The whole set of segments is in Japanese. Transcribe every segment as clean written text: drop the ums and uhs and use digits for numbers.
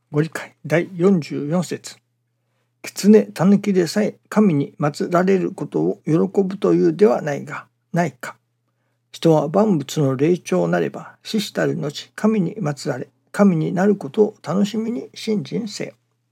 ご理解第44節。狐たぬきでさえ神に祀られることを喜ぶというではないか。人は万物の霊長なれば死したる後神に祀られ神になることを楽しみに信心せよ。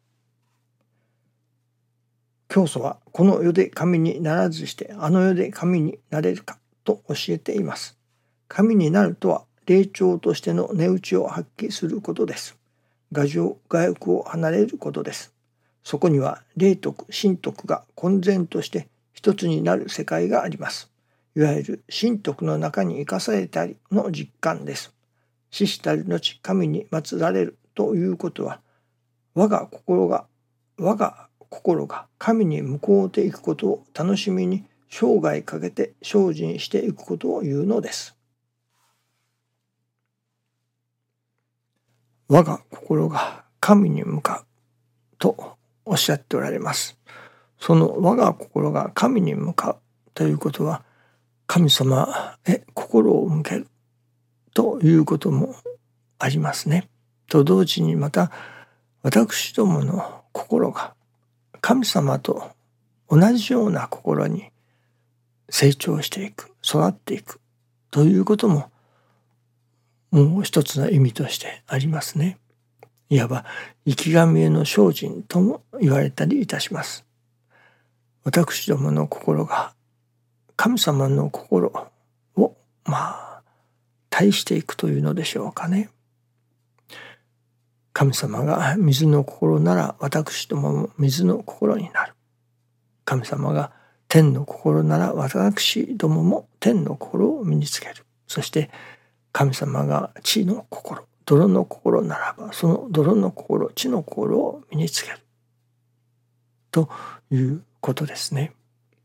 教祖はこの世で神にならずしてあの世で神になれるかと教えています。神になるとは霊長としての値打ちを発揮することです。我情我欲を離れることです。そこには霊徳神徳が混然として一つになる世界があります。いわゆる神徳の中に生かされたりの実感です。死したる後神に祀られるということは我が心が神に向こうていくことを楽しみに生涯かけて精進していくことを言うのです。我が心が神に向かうとおっしゃっておられます。その我が心が神に向かうということは神様へ心を向けるということもありますね。と同時にまた私どもの心が神様と同じような心に成長していく、育っていくということももう一つの意味としてありますね。いわば生き神への精進とも言われたりいたします。私どもの心が神様の心を対していくというのでしょうかね。神様が水の心なら私どもも水の心になる。神様が天の心なら私どもも天の心を身につける。そして神様が地の心、泥の心ならばその泥の心、地の心を身につけるということですね。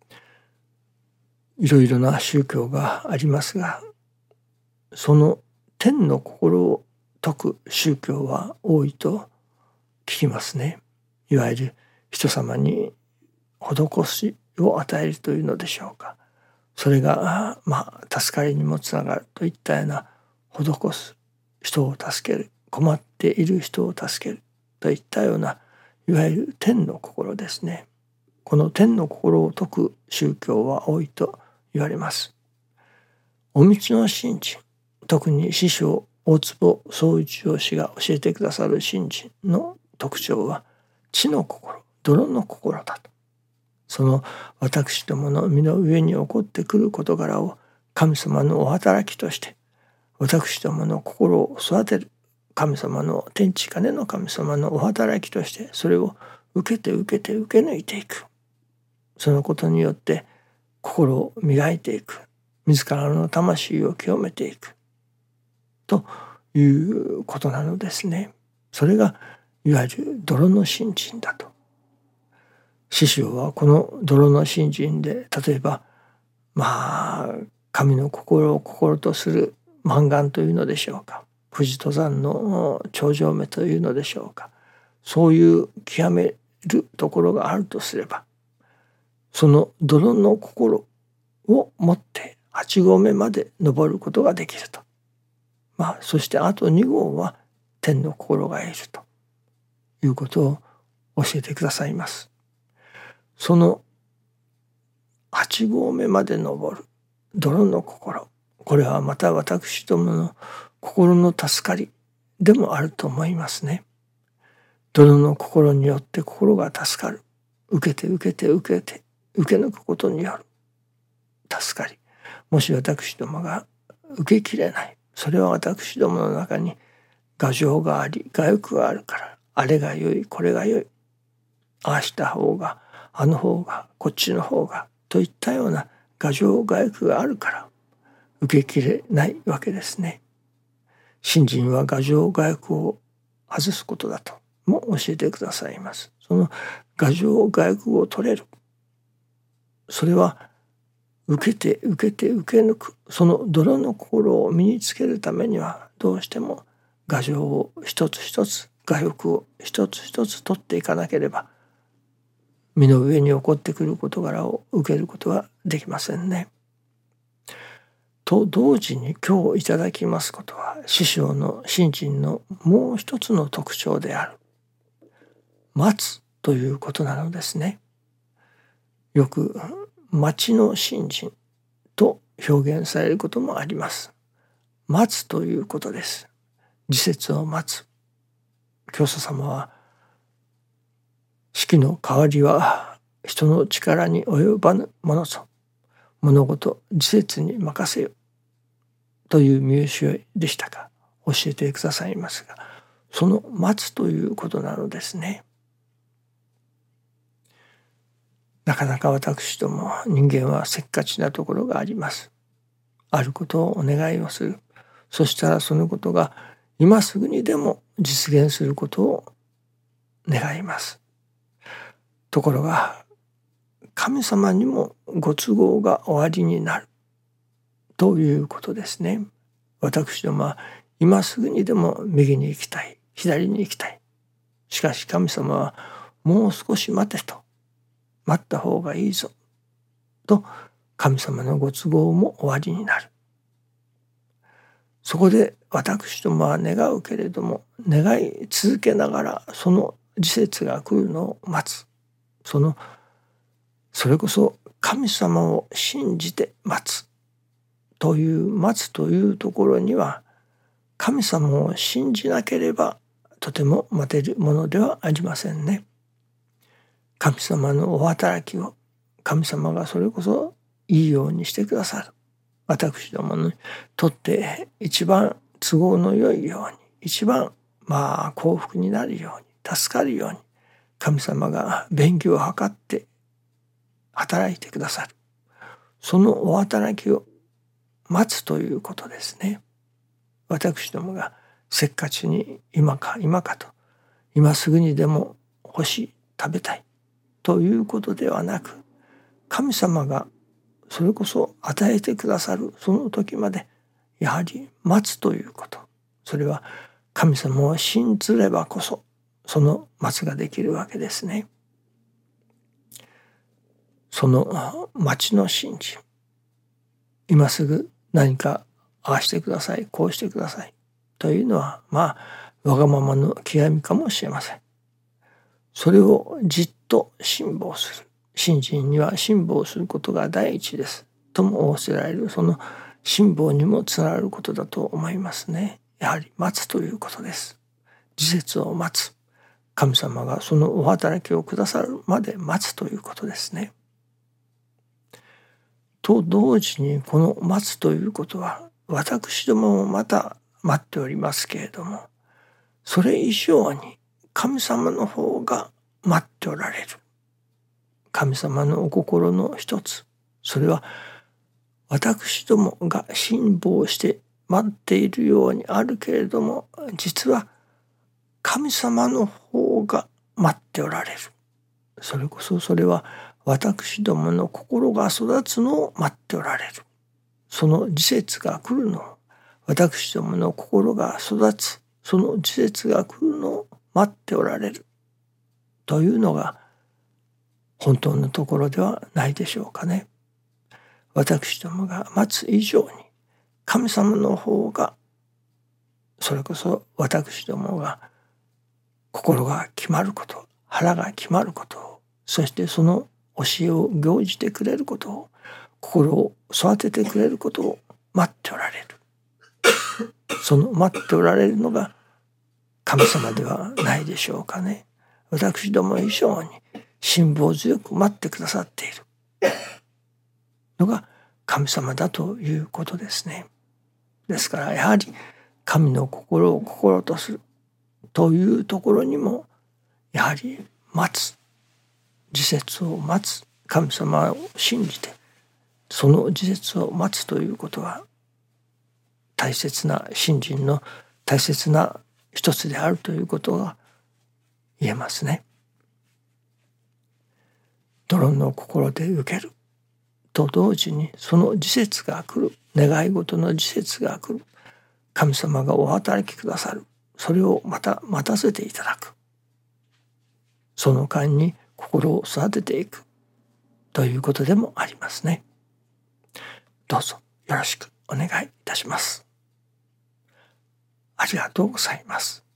いろいろな宗教がありますが、その天の心を説く宗教は多いと聞きますね。いわゆる人様に施しを与えるというのでしょうか。それが助かりにもつながるといったような施す、人を助ける、困っている人を助けるといったようないわゆる天の心ですね。この天の心を説く宗教は多いと言われます。お道の信心、特に師匠大坪宗一郎氏が教えてくださる信心の特徴は地の心、泥の心だと。その私どもの身の上に起こってくる事柄を神様のお働きとして私どもの心を育てる神様の天地金の神様のお働きとしてそれを受け抜いていく。そのことによって心を磨いていく。自らの魂を清めていく。ということなのですね。それがいわゆる泥の信心だと。師匠はこの泥の信心で例えば神の心を心とする満願というのでしょうか。富士登山の頂上目というのでしょうか。そういう極めるところがあるとすればその泥の心を持って8合目まで登ることができると。そしてあと2号は天の心がいるということを教えてくださいます。その8合目まで登る泥の心、これはまた私どもの心の助かりでもあると思いますね。泥の心によって心が助かる。受け抜くことによる助かり。もし私どもが受けきれない、それは私どもの中に我情があり我欲があるから、あれが良いこれが良い、ああした方があの方がこっちの方がといったような我情我欲があるから受けきれないわけですね。信心は我情我欲を外すことだとも教えてくださいます。その我情我欲を取れる、それは受け抜く、その泥の心を身につけるためにはどうしても我情を一つ一つ、我欲を一つ一つ取っていかなければ身の上に起こってくる事柄を受けることはできませんね。と同時に今日いただきますことは師匠の信心のもう一つの特徴である待つということなのですね。よく待ちの信心と表現されることもあります。待つということです。時節を待つ。教祖様は、四季の変わりは人の力に及ばぬものぞ。物事時節に任せよ。という見教えでしたか。教えてくださいますが、その待つということなのですね。なかなか私ども人間はせっかちなところがあります。あることをお願いをする。そしたらそのことが今すぐにでも実現することを願います。ところが神様にもご都合がおありになるということですね。私どもは今すぐにでも右に行きたい、左に行きたい。しかし神様はもう少し待てと、待った方がいいぞと神様のご都合もおありになる。そこで私どもは願うけれども、願い続けながらその時節が来るのを待つ。それこそ神様を信じて待つという待つというところには、神様を信じなければとても待てるものではありませんね。神様のお働きを神様がそれこそいいようにしてくださる。私どもにとって一番都合の良いように、一番幸福になるように、助かるように、神様が勉強を図って働いてくださる。そのお働きを待つということですね。私どもがせっかちに今かと、今すぐにでも欲しい、食べたいということではなく、神様がそれこそ与えてくださるその時までやはり待つということ、それは神様を信ずればこそその待つができるわけですね。その待ちの信心、今すぐ何かああしてください、こうしてくださいというのはわがままの極みかもしれません。それをじっと辛抱する。信心には辛抱することが第一ですとも仰せられる、その辛抱にもつながることだと思いますね。やはり待つということです。時節を待つ。神様がそのお働きをくださるまで待つということですね。と同時にこの待つということは私どももまた待っておりますけれども、それ以上に神様の方が待っておられる。神様のお心の一つ、それは私どもが辛抱して待っているようにあるけれども、実は神様の方が待っておられる。それは私どもの心が育つのを待っておられる。その時節が来るのを、私どもの心が育つ、その時節が来るのを待っておられるというのが本当のところではないでしょうかね。私どもが待つ以上に神様の方が、それこそ私どもが心が決まること、腹が決まることを、そしてその教えを行じてくれることを、心を育ててくれることを待っておられる。その待っておられるのが神様ではないでしょうかね。私ども以上に辛抱強く待ってくださっているのが神様だということですね。ですからやはり神の心を心とするというところにも、やはり待つ、時節を待つ、神様を信じてその時節を待つということは大切な信心の大切な一つであるということが言えますね。泥の心で受けると同時に、その時節が来る、願い事の時節が来る、神様がお働きくださる、それをまた待たせていただく、その間に心を育てていくということでもありますね。どうぞよろしくお願いいたします。ありがとうございます。